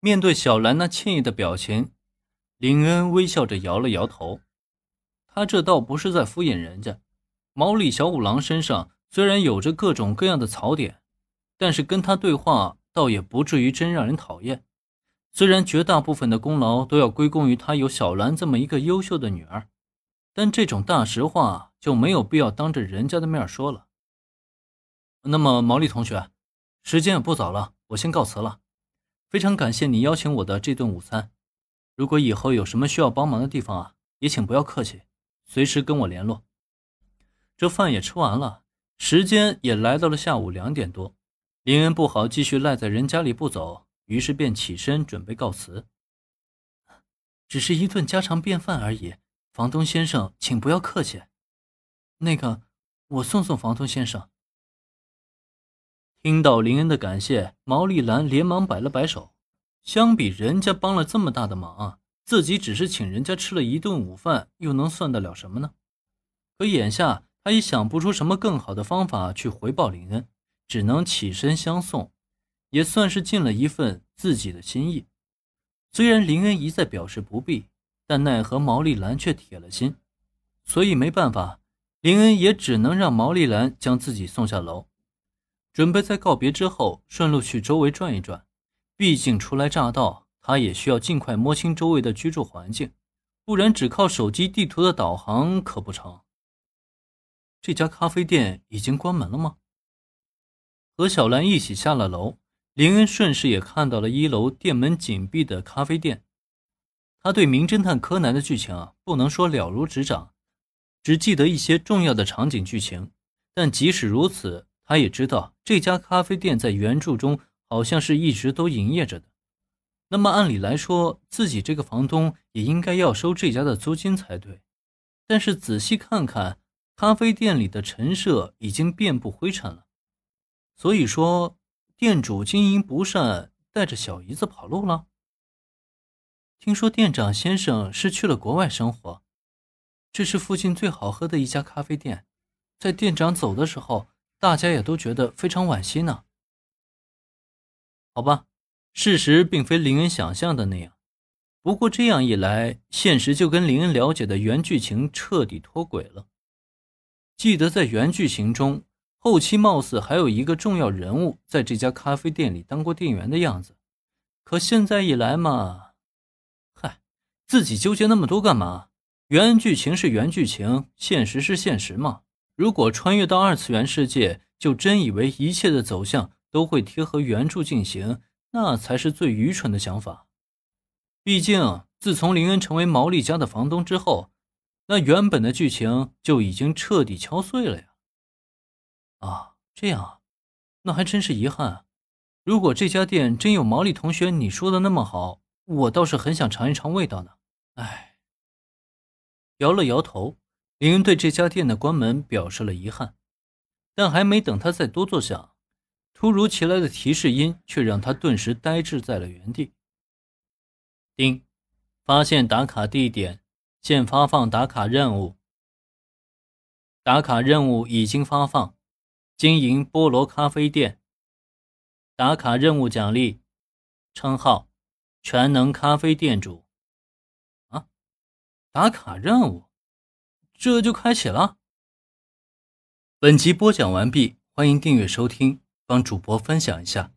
面对小兰那歉意的表情，林恩微笑着摇了摇头。他这倒不是在敷衍人家。毛利小五郎身上虽然有着各种各样的槽点，但是跟他对话倒也不至于真让人讨厌。虽然绝大部分的功劳都要归功于他有小兰这么一个优秀的女儿，但这种大实话就没有必要当着人家的面说了。那么毛利同学，时间也不早了，我先告辞了。非常感谢你邀请我的这顿午餐，如果以后有什么需要帮忙的地方也请不要客气，随时跟我联络。这饭也吃完了，时间也来到了下午2点多，林恩不好继续赖在人家里不走，于是便起身准备告辞。只是一顿家常便饭而已，房东先生请不要客气。那个，我送送房东先生。听到林恩的感谢，毛利兰连忙摆了摆手。相比人家帮了这么大的忙，自己只是请人家吃了一顿午饭，又能算得了什么呢？可眼下他也想不出什么更好的方法去回报林恩，只能起身相送，也算是尽了一份自己的心意。虽然林恩一再表示不必，但奈何毛利兰却铁了心，所以没办法，林恩也只能让毛利兰将自己送下楼，准备在告别之后顺路去周围转一转。毕竟初来乍到，他也需要尽快摸清周围的居住环境，不然只靠手机地图的导航可不成。这家咖啡店已经关门了吗？和小兰一起下了楼，林恩顺势也看到了1楼店门紧闭的咖啡店。他对名侦探柯南的剧情不能说了如指掌，只记得一些重要的场景剧情，但即使如此，他也知道这家咖啡店在原著中好像是一直都营业着的。那么按理来说，自己这个房东也应该要收这家的租金才对。但是仔细看看，咖啡店里的陈设已经遍布灰尘了。所以说，店主经营不善，带着小姨子跑路了。听说店长先生是去了国外生活，这是附近最好喝的一家咖啡店，在店长走的时候，大家也都觉得非常惋惜呢。好吧，事实并非林恩想象的那样，不过这样一来，现实就跟林恩了解的原剧情彻底脱轨了。记得在原剧情中，后期貌似还有一个重要人物在这家咖啡店里当过店员的样子，可现在一来嘛，嗨，自己纠结那么多干嘛？原剧情是原剧情，现实是现实嘛。如果穿越到2次元世界，就真以为一切的走向都会贴合原著进行，那才是最愚蠢的想法。毕竟自从林恩成为毛利家的房东之后，那原本的剧情就已经彻底敲碎了呀。这样啊，那还真是遗憾。如果这家店真有毛利同学你说的那么好，我倒是很想尝一尝味道呢。摇了摇头，林恩对这家店的关门表示了遗憾。但还没等他再多做想，突如其来的提示音却让他顿时呆滞在了原地。叮，发现打卡地点，现发放打卡任务。打卡任务已经发放，经营菠萝咖啡店。打卡任务奖励，称号全能咖啡店主。打卡任务，这就开启了。本集播讲完毕，欢迎订阅收听，帮主播分享一下。